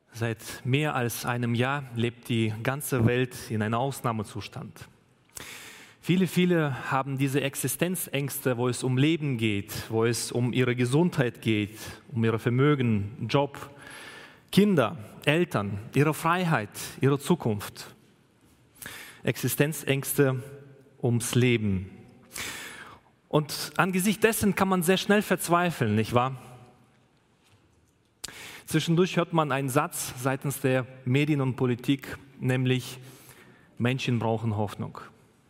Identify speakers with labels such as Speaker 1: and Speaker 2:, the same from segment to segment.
Speaker 1: Seit mehr als einem Jahr lebt die ganze Welt in einem Ausnahmezustand. Viele haben diese Existenzängste, wo es um Leben geht, wo es um ihre Gesundheit geht, um ihr Vermögen, Job, Kinder, Eltern, ihre Freiheit, ihre Zukunft. Existenzängste ums Leben. Und angesichts dessen kann man sehr schnell verzweifeln, nicht wahr? Zwischendurch hört man einen Satz seitens der Medien und Politik, nämlich Menschen brauchen Hoffnung.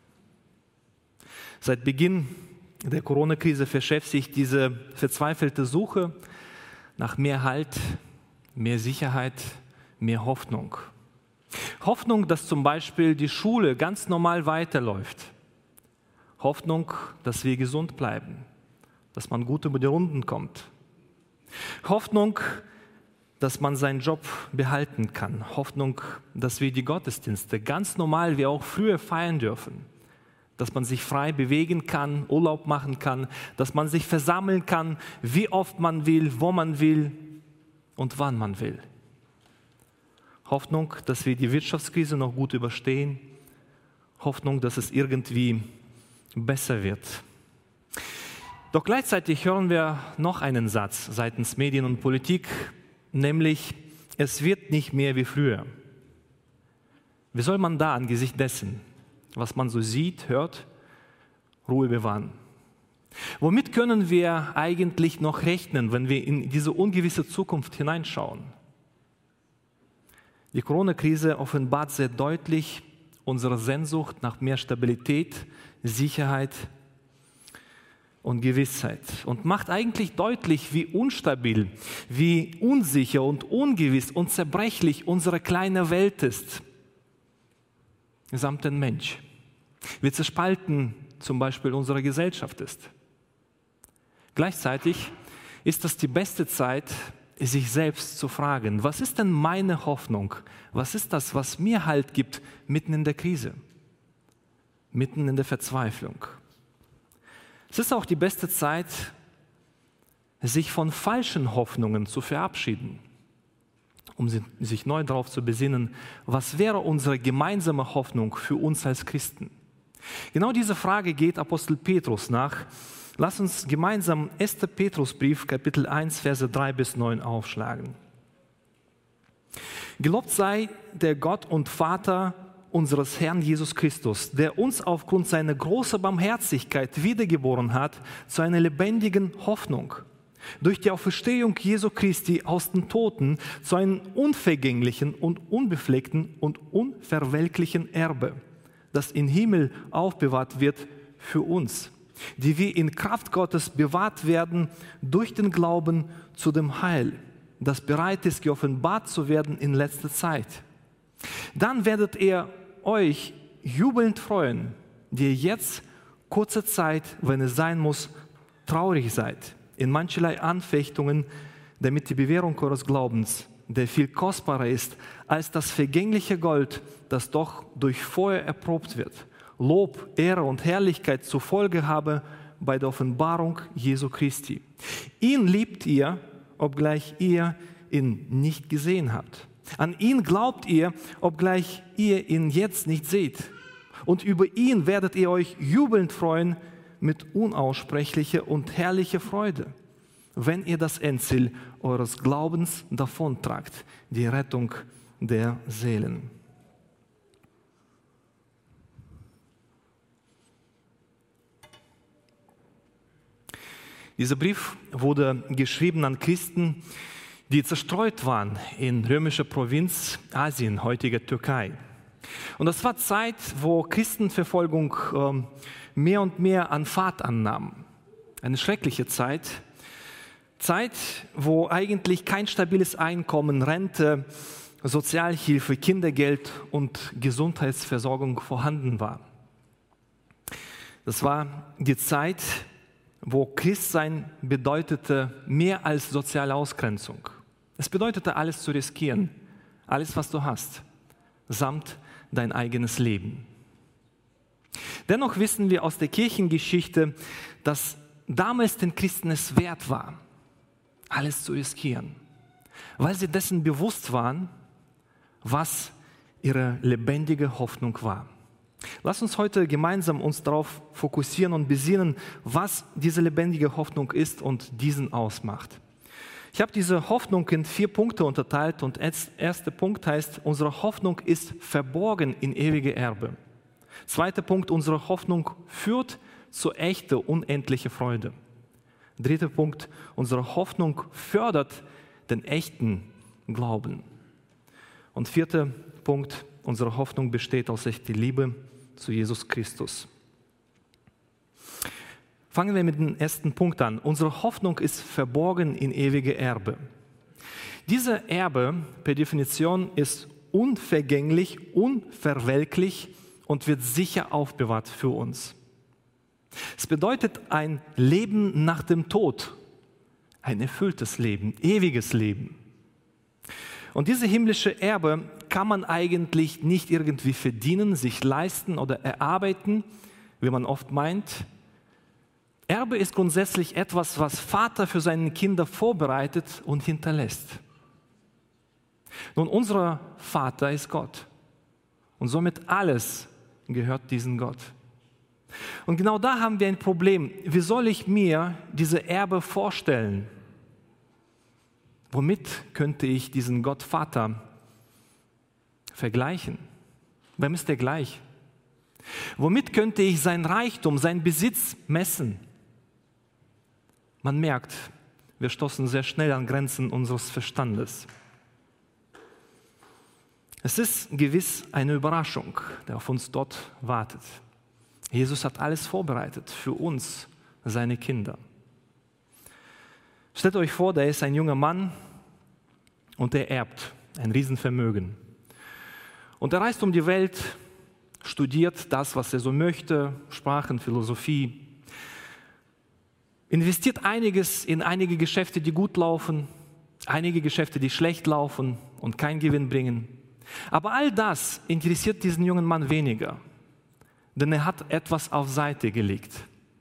Speaker 1: Seit Beginn der Corona-Krise verschärft sich diese verzweifelte Suche nach mehr Halt, mehr Sicherheit, mehr Hoffnung. Hoffnung, dass zum Beispiel die Schule ganz normal weiterläuft. Hoffnung, dass wir gesund bleiben, dass man gut über die Runden kommt. Hoffnung, dass man seinen Job behalten kann. Hoffnung, dass wir die Gottesdienste ganz normal wie auch früher feiern dürfen. Dass man sich frei bewegen kann, Urlaub machen kann, dass man sich versammeln kann, wie oft man will, wo man will und wann man will. Hoffnung, dass wir die Wirtschaftskrise noch gut überstehen. Hoffnung, dass es irgendwie besser wird. Doch gleichzeitig hören wir noch einen Satz seitens Medien und Politik, nämlich, es wird nicht mehr wie früher. Wie soll man da angesichts dessen, was man so sieht, hört, Ruhe bewahren? Womit können wir eigentlich noch rechnen, wenn wir in diese ungewisse Zukunft hineinschauen? Die Corona-Krise offenbart sehr deutlich unsere Sehnsucht nach mehr Stabilität, Sicherheit und Gewissheit und macht eigentlich deutlich, wie unstabil, wie unsicher und ungewiss und zerbrechlich unsere kleine Welt ist, samt den Mensch. Wie zerspalten zum Beispiel unsere Gesellschaft ist. Gleichzeitig ist das die beste Zeit, sich selbst zu fragen, was ist denn meine Hoffnung? Was ist das, was mir Halt gibt mitten in der Krise, mitten in der Verzweiflung? Es ist auch die beste Zeit, sich von falschen Hoffnungen zu verabschieden, um sich neu darauf zu besinnen, was wäre unsere gemeinsame Hoffnung für uns als Christen? Genau diese Frage geht Apostel Petrus nach. Lass uns gemeinsam 1. Petrusbrief, Kapitel 1, Verse 3 bis 9 aufschlagen. Gelobt sei der Gott und Vater unseres Herrn Jesus Christus, der uns aufgrund seiner großen Barmherzigkeit wiedergeboren hat zu einer lebendigen Hoffnung. Durch die Auferstehung Jesu Christi aus den Toten zu einem unvergänglichen und unbefleckten und unverwelklichen Erbe, das im Himmel aufbewahrt wird für uns, die wir in Kraft Gottes bewahrt werden durch den Glauben zu dem Heil, das bereit ist, geoffenbart zu werden in letzter Zeit. Dann werdet ihr euch jubelnd freuen, die ihr jetzt kurze Zeit, wenn es sein muss, traurig seid, in mancherlei Anfechtungen, damit die Bewährung eures Glaubens, der viel kostbarer ist als das vergängliche Gold, das doch durch Feuer erprobt wird, Lob, Ehre und Herrlichkeit zur Folge habe bei der Offenbarung Jesu Christi. Ihn liebt ihr, obgleich ihr ihn nicht gesehen habt. An ihn glaubt ihr, obgleich ihr ihn jetzt nicht seht. Und über ihn werdet ihr euch jubelnd freuen mit unaussprechlicher und herrlicher Freude, wenn ihr das Endziel eures Glaubens davontragt, die Rettung der Seelen. Dieser Brief wurde geschrieben an Christen, die zerstreut waren in römischer Provinz Asien, heutiger Türkei. Und das war Zeit, wo Christenverfolgung mehr und mehr an Fahrt annahm. Eine schreckliche Zeit, wo eigentlich kein stabiles Einkommen, Rente, Sozialhilfe, Kindergeld und Gesundheitsversorgung vorhanden war. Das war die Zeit, wo Christsein bedeutete mehr als soziale Ausgrenzung. Es bedeutete, alles zu riskieren, alles, was du hast, samt dein eigenes Leben. Dennoch wissen wir aus der Kirchengeschichte, dass damals den Christen es wert war, alles zu riskieren. weil sie dessen bewusst waren, was ihre lebendige Hoffnung war. Lass uns heute gemeinsam uns darauf fokussieren und besinnen, was diese lebendige Hoffnung ist und diesen ausmacht. Ich habe diese Hoffnung in 4 Punkte unterteilt und der erste Punkt heißt, unsere Hoffnung ist verborgen in ewige Erbe. Zweiter Punkt, unsere Hoffnung führt zu echter, unendlicher Freude. Dritter Punkt, unsere Hoffnung fördert den echten Glauben. Und vierter Punkt, unsere Hoffnung besteht aus echter Liebe zu Jesus Christus. Fangen wir mit dem ersten Punkt an. Unsere Hoffnung ist verborgen in ewige Erbe. Diese Erbe per Definition ist unvergänglich, unverwelklich und wird sicher aufbewahrt für uns. Es bedeutet ein Leben nach dem Tod, ein erfülltes Leben, ewiges Leben. Und diese himmlische Erbe kann man eigentlich nicht irgendwie verdienen, sich leisten oder erarbeiten, wie man oft meint. Erbe ist grundsätzlich etwas, was Vater für seine Kinder vorbereitet und hinterlässt. Nun, unser Vater ist Gott und somit alles gehört diesem Gott. Und genau da haben wir ein Problem. Wie soll ich mir diese Erbe vorstellen? Womit könnte ich diesen Gott Vater vergleichen? Wem ist er gleich? Womit könnte ich sein Reichtum, sein Besitz messen? Man merkt, wir stoßen sehr schnell an Grenzen unseres Verstandes. Es ist gewiss eine Überraschung, die auf uns dort wartet. Jesus hat alles vorbereitet für uns, seine Kinder. Stellt euch vor, da ist ein junger Mann und er erbt ein Riesenvermögen. Und er reist um die Welt, studiert das, was er so möchte, Sprachen, Philosophie, investiert einiges in einige Geschäfte, die gut laufen, einige Geschäfte, die schlecht laufen und keinen Gewinn bringen. Aber all das interessiert diesen jungen Mann weniger, denn er hat etwas auf Seite gelegt.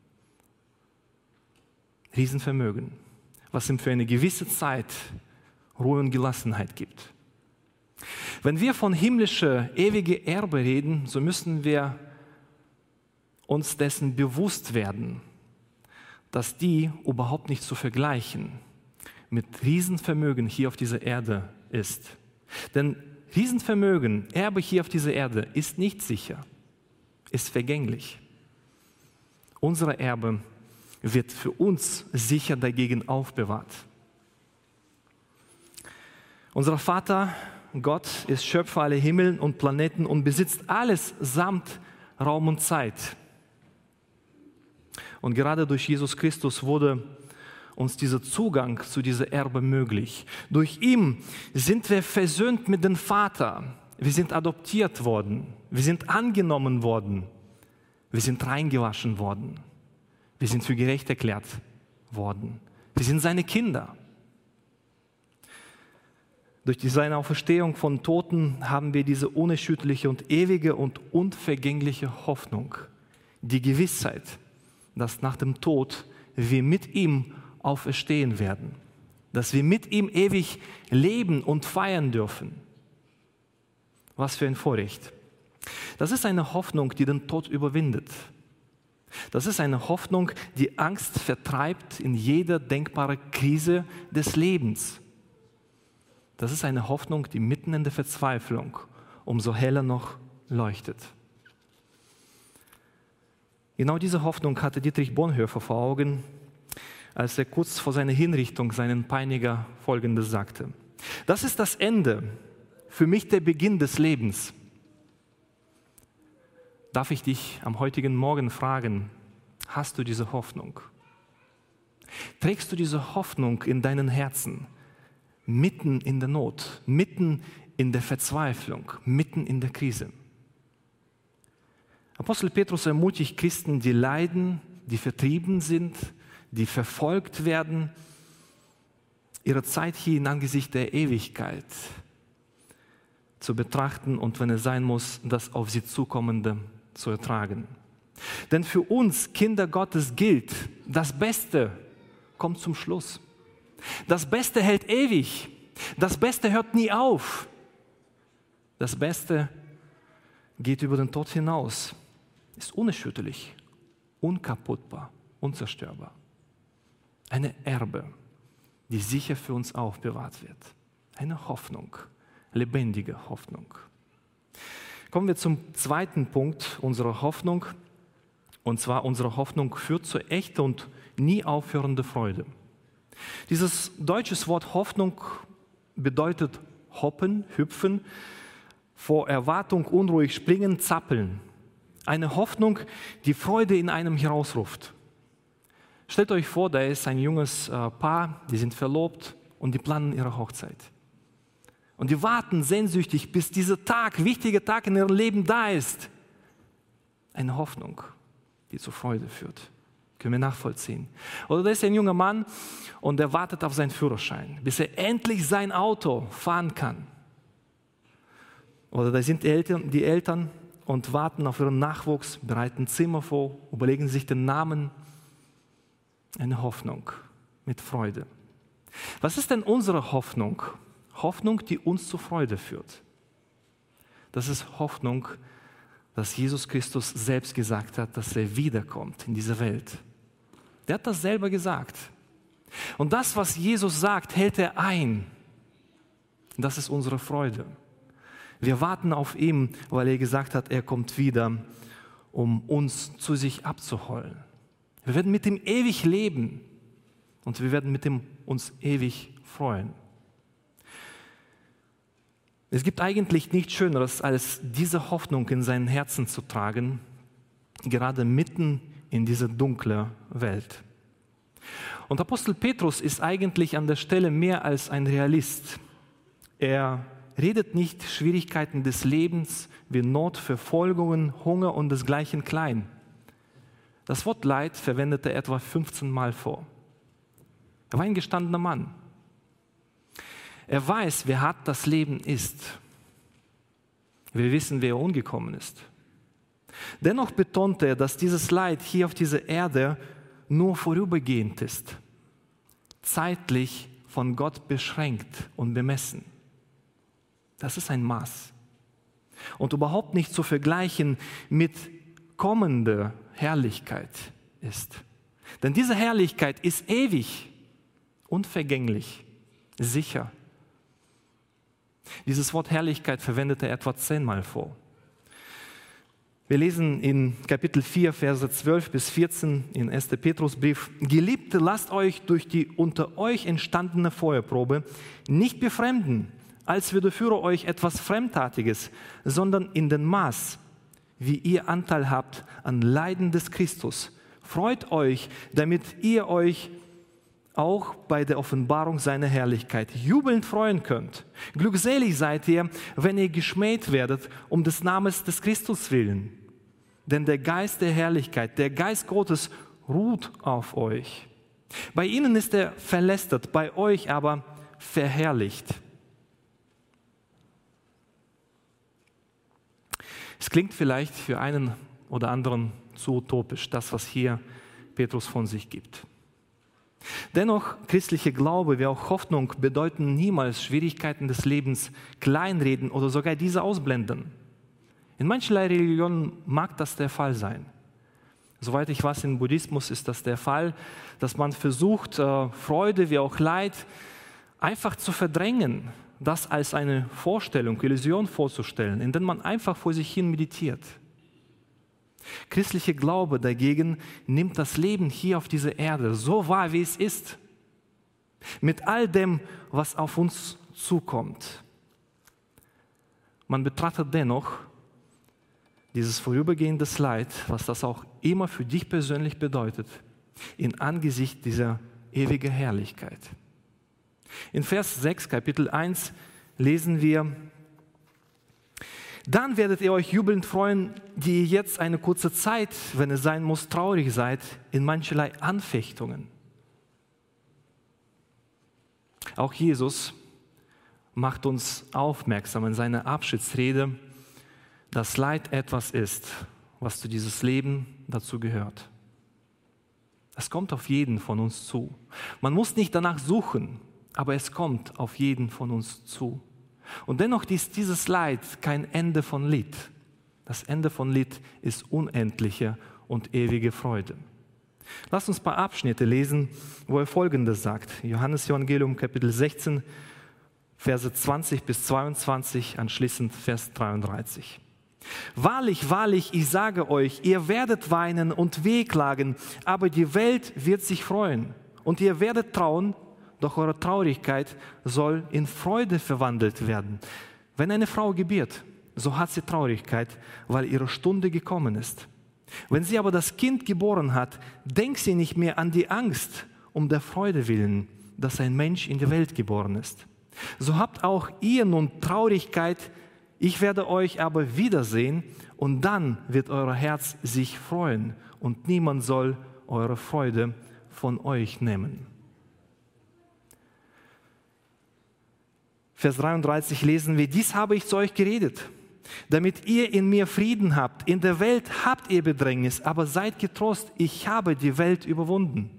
Speaker 1: Riesenvermögen, was ihm für eine gewisse Zeit Ruhe und Gelassenheit gibt. Wenn wir von himmlischer, ewiger Erbe reden, so müssen wir uns dessen bewusst werden, dass die überhaupt nicht zu vergleichen mit Riesenvermögen hier auf dieser Erde ist. Denn Riesenvermögen, Erbe hier auf dieser Erde ist nicht sicher, ist vergänglich. Unser Erbe wird für uns sicher dagegen aufbewahrt. Unser Vater, Gott, ist Schöpfer aller Himmel und Planeten und besitzt alles samt Raum und Zeit. Und gerade durch Jesus Christus wurde uns dieser Zugang zu dieser Erbe möglich. Durch ihn sind wir versöhnt mit dem Vater. Wir sind adoptiert worden. Wir sind angenommen worden. Wir sind reingewaschen worden. Wir sind für gerecht erklärt worden. Wir sind seine Kinder. Durch seine Auferstehung von Toten haben wir diese unerschütterliche und ewige und unvergängliche Hoffnung, die Gewissheit, dass nach dem Tod wir mit ihm auferstehen werden, dass wir mit ihm ewig leben und feiern dürfen. Was für ein Vorrecht. Das ist eine Hoffnung, die den Tod überwindet. Das ist eine Hoffnung, die Angst vertreibt in jeder denkbaren Krise des Lebens. Das ist eine Hoffnung, die mitten in der Verzweiflung umso heller noch leuchtet. Genau diese Hoffnung hatte Dietrich Bonhoeffer vor Augen, als er kurz vor seiner Hinrichtung seinen Peiniger Folgendes sagte: Das ist das Ende, für mich der Beginn des Lebens. Darf ich dich am heutigen Morgen fragen, hast du diese Hoffnung? Trägst du diese Hoffnung in deinem Herzen, mitten in der Not, mitten in der Verzweiflung, mitten in der Krise? Apostel Petrus ermutigt Christen, die leiden, die vertrieben sind, die verfolgt werden, ihre Zeit hier in Angesicht der Ewigkeit zu betrachten und, wenn es sein muss, das auf sie Zukommende zu ertragen. Denn für uns Kinder Gottes gilt, das Beste kommt zum Schluss. Das Beste hält ewig. Das Beste hört nie auf. Das Beste geht über den Tod hinaus, ist unerschütterlich, unkaputtbar, unzerstörbar. Eine Erbe, die sicher für uns aufbewahrt wird. Eine Hoffnung, lebendige Hoffnung. Kommen wir zum zweiten Punkt unserer Hoffnung. Und zwar, unsere Hoffnung führt zu echter und nie aufhörender Freude. Dieses deutsche Wort Hoffnung bedeutet hoppen, hüpfen, vor Erwartung unruhig springen, zappeln. Eine Hoffnung, die Freude in einem herausruft. Stellt euch vor, da ist ein junges Paar, die sind verlobt und die planen ihre Hochzeit. Und die warten sehnsüchtig, bis dieser Tag, wichtige Tag in ihrem Leben da ist. Eine Hoffnung, die zu Freude führt. Können wir nachvollziehen. Oder da ist ein junger Mann und er wartet auf seinen Führerschein, bis er endlich sein Auto fahren kann. Oder da sind die Eltern und warten auf ihren Nachwuchs, bereiten Zimmer vor, überlegen sich den Namen. Eine Hoffnung mit Freude. Was ist denn unsere Hoffnung? Hoffnung, die uns zur Freude führt. Das ist Hoffnung, dass Jesus Christus selbst gesagt hat, dass er wiederkommt in diese Welt. Der hat das selber gesagt. Und das, was Jesus sagt, hält er ein. Das ist unsere Freude. Wir warten auf ihn, weil er gesagt hat, er kommt wieder, um uns zu sich abzuholen. Wir werden mit ihm ewig leben und wir werden mit ihm uns ewig freuen. Es gibt eigentlich nichts Schöneres, als diese Hoffnung in seinen Herzen zu tragen, gerade mitten in dieser dunklen Welt. Und Apostel Petrus ist eigentlich an der Stelle mehr als ein Realist. Er redet nicht Schwierigkeiten des Lebens wie Not, Verfolgungen, Hunger und desgleichen klein. Das Wort Leid verwendet er etwa 15 Mal vor. Er war ein gestandener Mann. Er weiß, wie hart das Leben ist. Wir wissen, wer umgekommen ist. Dennoch betont er, dass dieses Leid hier auf dieser Erde nur vorübergehend ist, zeitlich von Gott beschränkt und bemessen. Das ist ein Maß. Und überhaupt nicht zu vergleichen mit kommender Herrlichkeit ist. Denn diese Herrlichkeit ist ewig, unvergänglich, sicher. Dieses Wort Herrlichkeit verwendet er etwa 10 Mal vor. Wir lesen in Kapitel 4, Verse 12 bis 14 in 1. Petrusbrief: Geliebte, lasst euch durch die unter euch entstandene Feuerprobe nicht befremden, als widerführe euch etwas Fremdartiges, sondern in dem Maß, wie ihr Anteil habt an Leiden des Christus. Freut euch, damit ihr euch auch bei der Offenbarung seiner Herrlichkeit jubelnd freuen könnt. Glückselig seid ihr, wenn ihr geschmäht werdet, um des Namens des Christus willen. Denn der Geist der Herrlichkeit, der Geist Gottes ruht auf euch. Bei ihnen ist er verlästert, bei euch aber verherrlicht. Es klingt vielleicht für einen oder anderen zu utopisch, das, was hier Petrus von sich gibt. Dennoch, christliche Glaube wie auch Hoffnung bedeuten niemals Schwierigkeiten des Lebens kleinreden oder sogar diese ausblenden. In mancherlei Religionen mag das der Fall sein. Soweit ich weiß, im Buddhismus ist das der Fall, dass man versucht, Freude wie auch Leid einfach zu verdrängen, das als eine Vorstellung, Illusion vorzustellen, indem man einfach vor sich hin meditiert. Christlicher Glaube dagegen nimmt das Leben hier auf dieser Erde so wahr, wie es ist, mit all dem, was auf uns zukommt. Man betrachtet dennoch dieses vorübergehende Leid, was das auch immer für dich persönlich bedeutet, in Angesicht dieser ewigen Herrlichkeit. In Vers 6, Kapitel 1, lesen wir: Dann werdet ihr euch jubelnd freuen, die ihr jetzt eine kurze Zeit, wenn es sein muss, traurig seid, in mancherlei Anfechtungen. Auch Jesus macht uns aufmerksam in seiner Abschiedsrede, dass Leid etwas ist, was zu dieses Leben dazu gehört. Es kommt auf jeden von uns zu. Man muss nicht danach suchen. aber es kommt auf jeden von uns zu. Und dennoch ist dieses Leid kein Ende von Lied. Das Ende von Lied ist unendliche und ewige Freude. Lasst uns ein paar Abschnitte lesen, wo er Folgendes sagt. Johannes Evangelium, Kapitel 16, Verse 20 bis 22, anschließend Vers 33. Wahrlich, wahrlich, ich sage euch, ihr werdet weinen und wehklagen, aber die Welt wird sich freuen. Und ihr werdet trauen, doch eure Traurigkeit soll in Freude verwandelt werden. Wenn eine Frau gebiert, so hat sie Traurigkeit, weil ihre Stunde gekommen ist. Wenn sie aber das Kind geboren hat, denkt sie nicht mehr an die Angst um der Freude willen, dass ein Mensch in die Welt geboren ist. So habt auch ihr nun Traurigkeit, ich werde euch aber wiedersehen und dann wird euer Herz sich freuen und niemand soll eure Freude von euch nehmen. Vers 33 lesen wir, dies habe ich zu euch geredet, damit ihr in mir Frieden habt. In der Welt habt ihr Bedrängnis, aber seid getrost, ich habe die Welt überwunden.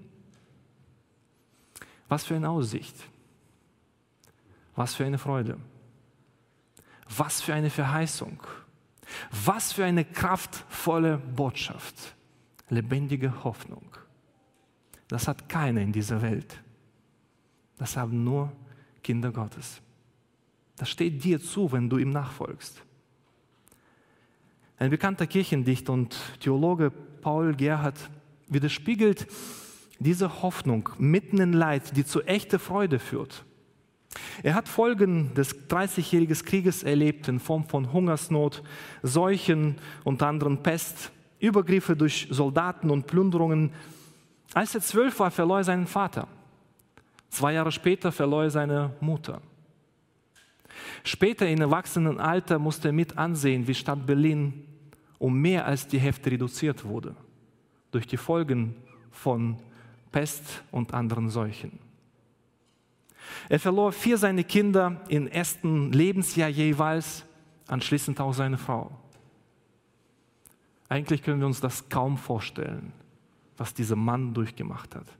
Speaker 1: Was für eine Aussicht, was für eine Freude, was für eine Verheißung, was für eine kraftvolle Botschaft, lebendige Hoffnung. Das hat keiner in dieser Welt. Das haben nur Kinder Gottes. Das steht dir zu, wenn du ihm nachfolgst. Ein bekannter Kirchendichter und Theologe, Paul Gerhardt, widerspiegelt diese Hoffnung mitten in Leid, die zu echter Freude führt. Er hat Folgen des 30-jährigen Krieges erlebt in Form von Hungersnot, Seuchen, unter anderem Pest, Übergriffe durch Soldaten und Plünderungen. Als er 12 war, verlor er seinen Vater. 2 Jahre später verlor er seine Mutter. Später im Erwachsenenalter musste er mit ansehen, wie Stadt Berlin um mehr als die Hälfte reduziert wurde durch die Folgen von Pest und anderen Seuchen. Er verlor 4 seiner Kinder im ersten Lebensjahr jeweils, anschließend auch seine Frau. Eigentlich können wir uns das kaum vorstellen, was dieser Mann durchgemacht hat.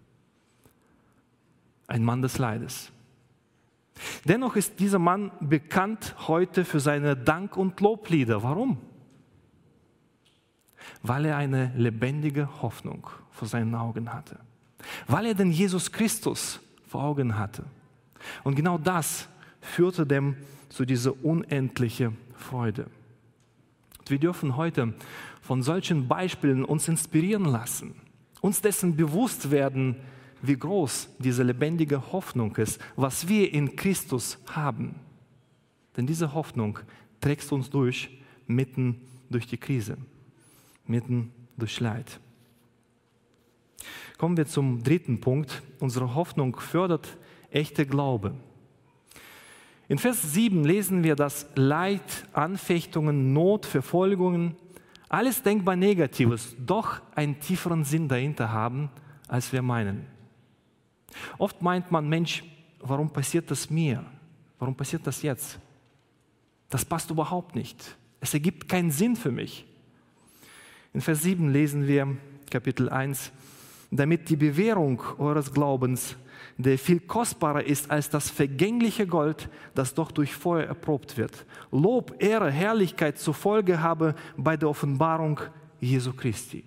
Speaker 1: Ein Mann des Leides. Dennoch ist dieser Mann bekannt heute für seine Dank- und Loblieder. Warum? Weil er eine lebendige Hoffnung vor seinen Augen hatte. Weil er den Jesus Christus vor Augen hatte. Und genau das führte dem zu dieser unendlichen Freude. Und wir dürfen heute von solchen Beispielen uns inspirieren lassen, uns dessen bewusst werden, wie groß diese lebendige Hoffnung ist, was wir in Christus haben. Denn diese Hoffnung trägt uns mitten durch die Krise, mitten durch Leid. Kommen wir zum 3. Punkt. Unsere Hoffnung fördert echter Glaube. In Vers 7 lesen wir, dass Leid, Anfechtungen, Not, Verfolgungen, alles denkbar Negatives, doch einen tieferen Sinn dahinter haben, als wir meinen. Oft meint man, Mensch, warum passiert das mir? Warum passiert das jetzt? Das passt überhaupt nicht. Es ergibt keinen Sinn für mich. In Vers 7 lesen wir, Kapitel 1, damit die Bewährung eures Glaubens, der viel kostbarer ist als das vergängliche Gold, das doch durch Feuer erprobt wird, Lob, Ehre, Herrlichkeit zur Folge habe bei der Offenbarung Jesu Christi.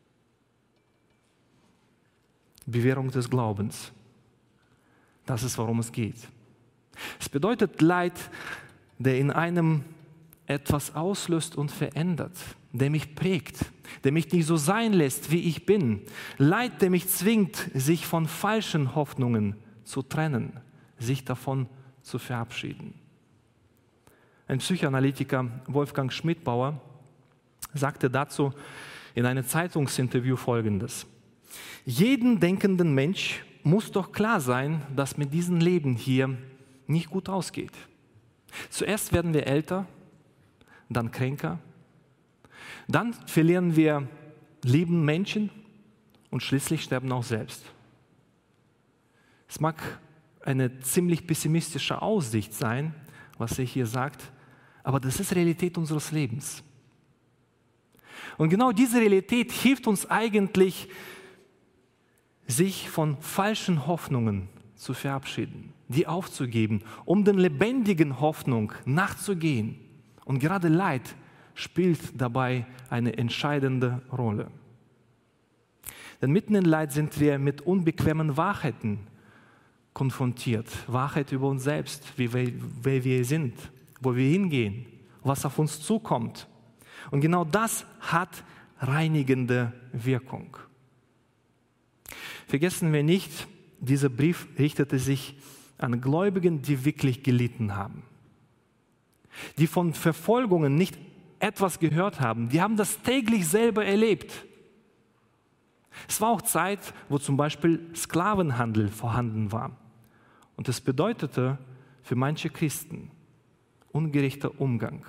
Speaker 1: Bewährung des Glaubens. Das ist, worum es geht. Es bedeutet Leid, der in einem etwas auslöst und verändert, der mich prägt, der mich nicht so sein lässt, wie ich bin. Leid, der mich zwingt, sich von falschen Hoffnungen zu trennen, sich davon zu verabschieden. Ein Psychoanalytiker, Wolfgang Schmidbauer, sagte dazu in einem Zeitungsinterview Folgendes: Jeden denkenden Mensch muss doch klar sein, dass mit diesem Leben hier nicht gut ausgeht. Zuerst werden wir älter, dann kränker, dann verlieren wir lieben Menschen und schließlich sterben auch selbst. Es mag eine ziemlich pessimistische Aussicht sein, was er hier sagt, aber das ist Realität unseres Lebens. Und genau diese Realität hilft uns eigentlich, sich von falschen Hoffnungen zu verabschieden. die aufzugeben, um den lebendigen Hoffnung nachzugehen. Und gerade Leid spielt dabei eine entscheidende Rolle. Denn mitten in Leid sind wir mit unbequemen Wahrheiten konfrontiert. Wahrheit über uns selbst, wer wir sind, wo wir hingehen, was auf uns zukommt. Und genau das hat reinigende Wirkung. Vergessen wir nicht, dieser Brief richtete sich an Gläubigen, die wirklich gelitten haben. Die von Verfolgungen nicht etwas gehört haben. Die haben das täglich selber erlebt. Es war auch Zeit, wo zum Beispiel Sklavenhandel vorhanden war. Und es bedeutete für manche Christen ungerechter Umgang.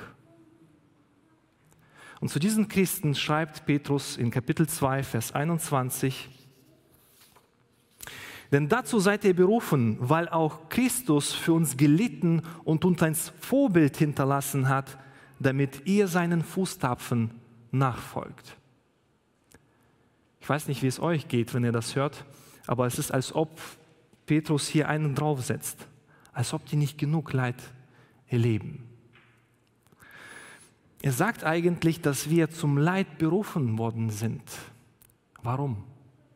Speaker 1: Und zu diesen Christen schreibt Petrus in Kapitel 2, Vers 21, denn dazu seid ihr berufen, weil auch Christus für uns gelitten und uns ein Vorbild hinterlassen hat, damit ihr seinen Fußtapfen nachfolgt. Ich weiß nicht, wie es euch geht, wenn ihr das hört, aber es ist, als ob Petrus hier einen draufsetzt, als ob die nicht genug Leid erleben. Er sagt eigentlich, dass wir zum Leid berufen worden sind. Warum?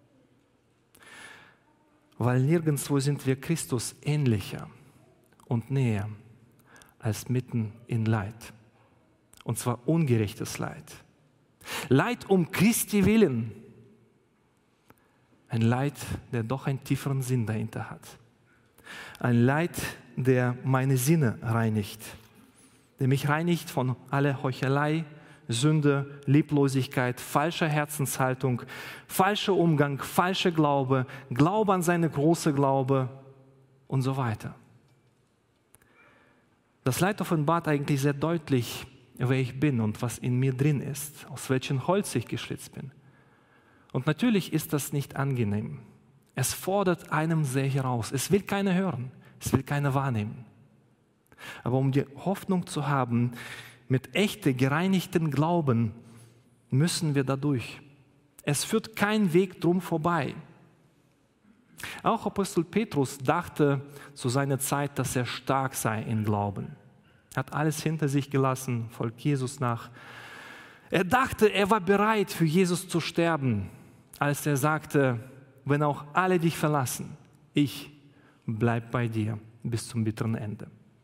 Speaker 1: Weil nirgendwo sind wir Christus ähnlicher und näher als mitten in Leid. Und zwar ungerechtes Leid. Leid um Christi willen. Ein Leid, der doch einen tieferen Sinn dahinter hat. Ein Leid, der meine Sinne reinigt. Der mich reinigt von aller Heuchelei, Sünde, Lieblosigkeit, falscher Herzenshaltung, falscher Umgang, falscher Glaube, Glaube an seine große Glaube und so weiter. Das Leid offenbart eigentlich sehr deutlich, wer ich bin und was in mir drin ist, aus welchem Holz ich geschlitzt bin. Und natürlich ist das nicht angenehm. Es fordert einem sehr heraus. Es will keiner hören, es will keiner wahrnehmen. Aber um die Hoffnung zu haben, mit echten, gereinigten Glauben müssen wir dadurch. Es führt kein Weg drum vorbei. Auch Apostel Petrus dachte zu seiner Zeit, dass er stark sei im Glauben. Er hat alles hinter sich gelassen, folgt Jesus nach. Er dachte, er war bereit, für Jesus zu sterben, als er sagte, wenn auch alle dich verlassen, ich bleib bei dir bis zum bitteren Ende.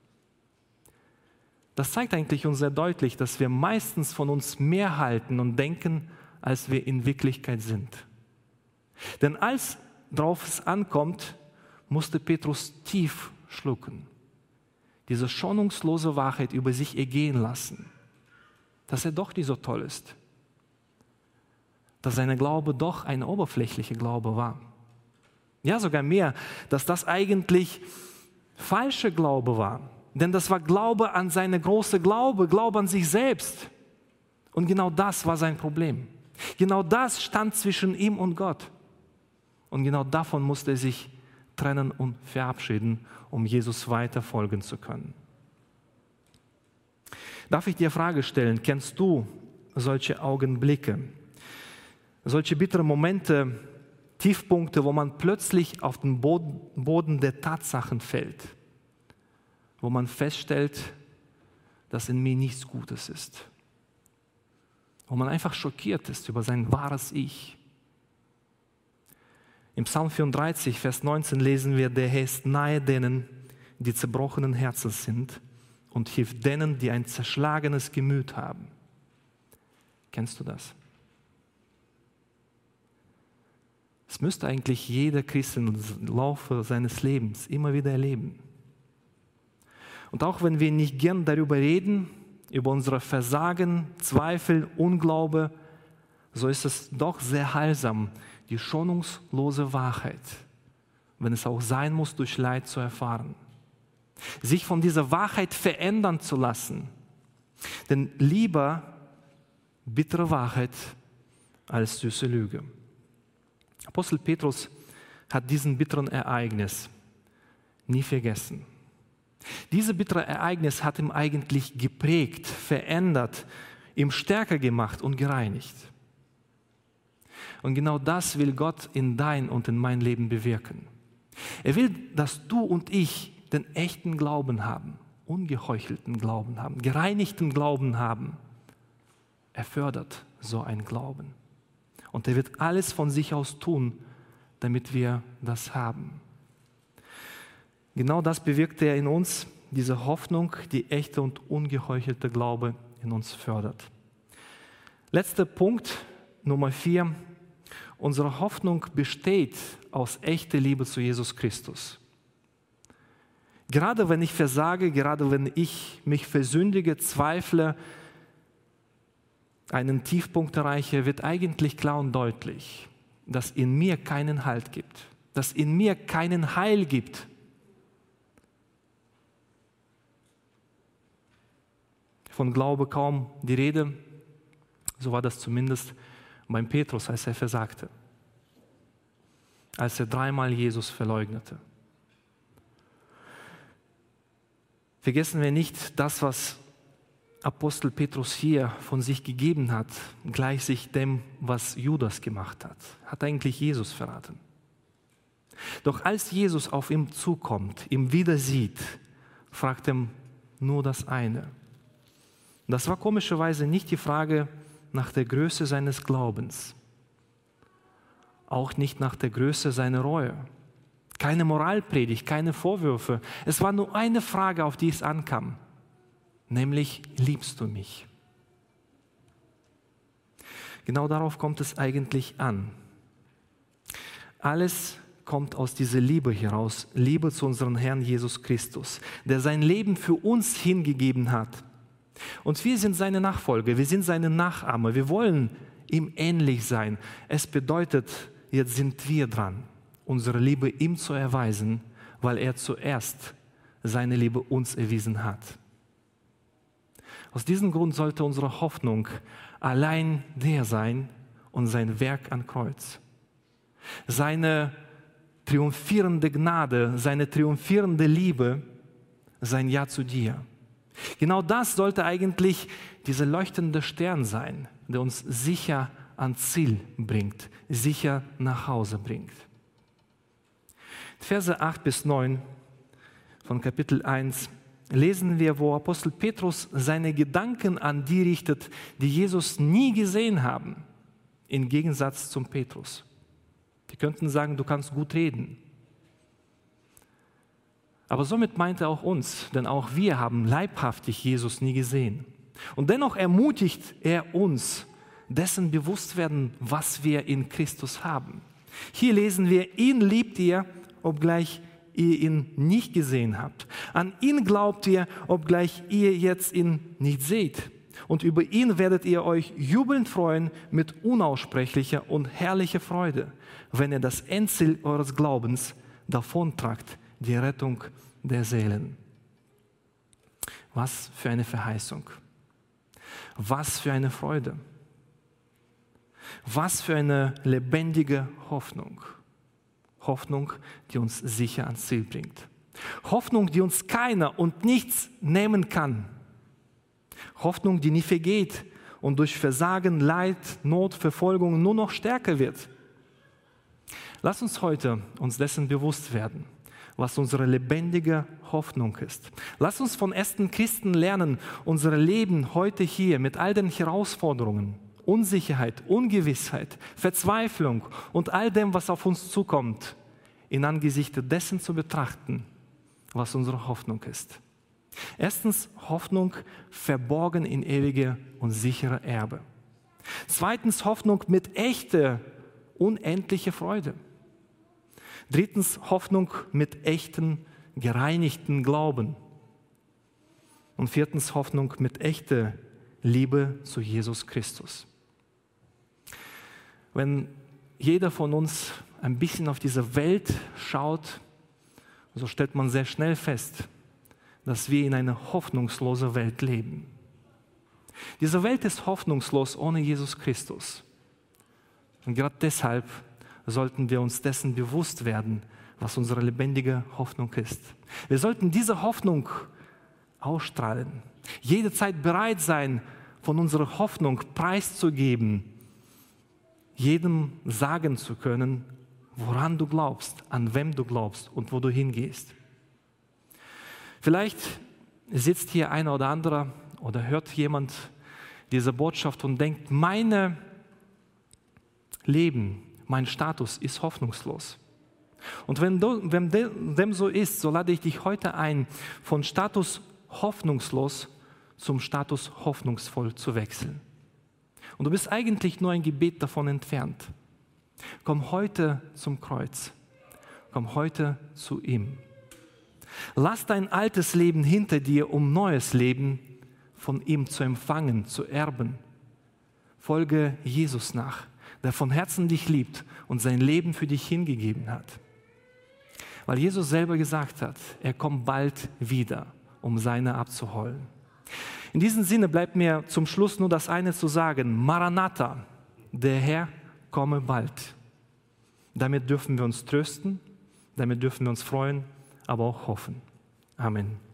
Speaker 1: Das zeigt eigentlich uns sehr deutlich, dass wir meistens von uns mehr halten und denken, als wir in Wirklichkeit sind. Denn als drauf es ankommt, musste Petrus tief schlucken. Diese schonungslose Wahrheit über sich ergehen lassen, dass er doch nicht so toll ist. Dass sein Glaube doch ein oberflächlicher Glaube war. Ja, sogar mehr, dass das eigentlich falscher Glaube war. Denn das war Glaube an seine große Glaube, Glaube an sich selbst. Und genau das war sein Problem. Genau das stand zwischen ihm und Gott. Und genau davon musste er sich trennen und verabschieden, um Jesus weiter folgen zu können. Darf ich dir eine Frage stellen? Kennst du solche Augenblicke? Solche bitteren Momente, Tiefpunkte, wo man plötzlich auf den Boden der Tatsachen fällt? Wo man feststellt, dass in mir nichts Gutes ist. Wo man einfach schockiert ist über sein wahres Ich. Im Psalm 34, Vers 19 lesen wir, der Herr ist nahe denen, die zerbrochenen Herzens sind und hilft denen, die ein zerschlagenes Gemüt haben. Kennst du das? Es müsste eigentlich jeder Christ im Laufe seines Lebens immer wieder erleben. Und auch wenn wir nicht gern darüber reden, über unsere Versagen, Zweifel, Unglaube, so ist es doch sehr heilsam, die schonungslose Wahrheit, wenn es auch sein muss, durch Leid zu erfahren. Sich von dieser Wahrheit verändern zu lassen. Denn lieber bittere Wahrheit als süße Lüge. Apostel Petrus hat diesen bitteren Ereignis nie vergessen. Dieses bittere Ereignis hat ihn eigentlich geprägt, verändert, ihm stärker gemacht und gereinigt. Und genau das will Gott in dein und in mein Leben bewirken. Er will, dass du und ich den echten Glauben haben, ungeheuchelten Glauben haben, gereinigten Glauben haben, er fördert so einen Glauben. Und er wird alles von sich aus tun, damit wir das haben. Genau das bewirkt er in uns, diese Hoffnung, die echte und ungeheuchelte Glaube in uns fördert. Letzter Punkt, Nummer 4. Unsere Hoffnung besteht aus echter Liebe zu Jesus Christus. Gerade wenn ich versage, gerade wenn ich mich versündige, zweifle, einen Tiefpunkt erreiche, wird eigentlich klar und deutlich, dass in mir keinen Halt gibt, dass in mir keinen Heil gibt. Von Glaube kaum die Rede, so war das zumindest beim Petrus, als er versagte, als er 3-mal Jesus verleugnete. Vergessen wir nicht, das, was Apostel Petrus hier von sich gegeben hat, gleicht sich dem, was Judas gemacht hat. Hat eigentlich Jesus verraten. Doch als Jesus auf ihn zukommt, ihn wieder sieht, fragt er nur das eine. Das war komischerweise nicht die Frage nach der Größe seines Glaubens, auch nicht nach der Größe seiner Reue. Keine Moralpredigt, keine Vorwürfe. Es war nur eine Frage, auf die es ankam, nämlich: Liebst du mich? Genau darauf kommt es eigentlich an. Alles kommt aus dieser Liebe heraus, Liebe zu unserem Herrn Jesus Christus, der sein Leben für uns hingegeben hat. Und wir sind seine Nachfolger, wir sind seine Nachahmer, wir wollen ihm ähnlich sein. Es bedeutet, jetzt sind wir dran, unsere Liebe ihm zu erweisen, weil er zuerst seine Liebe uns erwiesen hat. Aus diesem Grund sollte unsere Hoffnung allein der sein und sein Werk am Kreuz. Seine triumphierende Gnade, seine triumphierende Liebe, sein Ja zu dir. Genau das sollte eigentlich dieser leuchtende Stern sein, der uns sicher ans Ziel bringt, sicher nach Hause bringt. Verse 8-9 von Kapitel 1 lesen wir, wo Apostel Petrus seine Gedanken an die richtet, die Jesus nie gesehen haben, im Gegensatz zum Petrus. Die könnten sagen, du kannst gut reden. Aber somit meint er auch uns, denn auch wir haben leibhaftig Jesus nie gesehen. Und dennoch ermutigt er uns, dessen bewusst werden, was wir in Christus haben. Hier lesen wir, ihn liebt ihr, obgleich ihr ihn nicht gesehen habt. An ihn glaubt ihr, obgleich ihr jetzt ihn nicht seht. Und über ihn werdet ihr euch jubelnd freuen mit unaussprechlicher und herrlicher Freude, wenn ihr das Endziel eures Glaubens davontragt, die Rettung der Seelen. Was für eine Verheißung. Was für eine Freude. Was für eine lebendige Hoffnung. Hoffnung, die uns sicher ans Ziel bringt. Hoffnung, die uns keiner und nichts nehmen kann. Hoffnung, die nie vergeht und durch Versagen, Leid, Not, Verfolgung nur noch stärker wird. Lass uns heute uns dessen bewusst werden, was unsere lebendige Hoffnung ist. Lass uns von ersten Christen lernen, unser Leben heute hier mit all den Herausforderungen, Unsicherheit, Ungewissheit, Verzweiflung und all dem, was auf uns zukommt, in Angesicht dessen zu betrachten, was unsere Hoffnung ist. Erstens, Hoffnung verborgen in ewige und sichere Erbe. Zweitens, Hoffnung mit echter, unendlicher Freude. Drittens, Hoffnung mit echten, gereinigten Glauben. Und viertens, Hoffnung mit echter Liebe zu Jesus Christus. Wenn jeder von uns ein bisschen auf diese Welt schaut, so stellt man sehr schnell fest, dass wir in einer hoffnungslosen Welt leben. Diese Welt ist hoffnungslos ohne Jesus Christus. Und gerade deshalb sollten wir uns dessen bewusst werden, was unsere lebendige Hoffnung ist. Wir sollten diese Hoffnung ausstrahlen, jederzeit bereit sein, von unserer Hoffnung preiszugeben, jedem sagen zu können, woran du glaubst, an wem du glaubst und wo du hingehst. Vielleicht sitzt hier einer oder anderer oder hört jemand diese Botschaft und denkt, mein Leben, mein Status ist hoffnungslos. Und wenn dem so ist, so lade ich dich heute ein, von Status hoffnungslos zum Status hoffnungsvoll zu wechseln. Und du bist eigentlich nur ein Gebet davon entfernt. Komm heute zum Kreuz. Komm heute zu ihm. Lass dein altes Leben hinter dir, um neues Leben von ihm zu empfangen, zu erben. Folge Jesus nach, der von Herzen dich liebt und sein Leben für dich hingegeben hat. Weil Jesus selber gesagt hat, er kommt bald wieder, um seine abzuholen. In diesem Sinne bleibt mir zum Schluss nur das eine zu sagen: Maranatha, der Herr komme bald. Damit dürfen wir uns trösten, damit dürfen wir uns freuen, aber auch hoffen. Amen.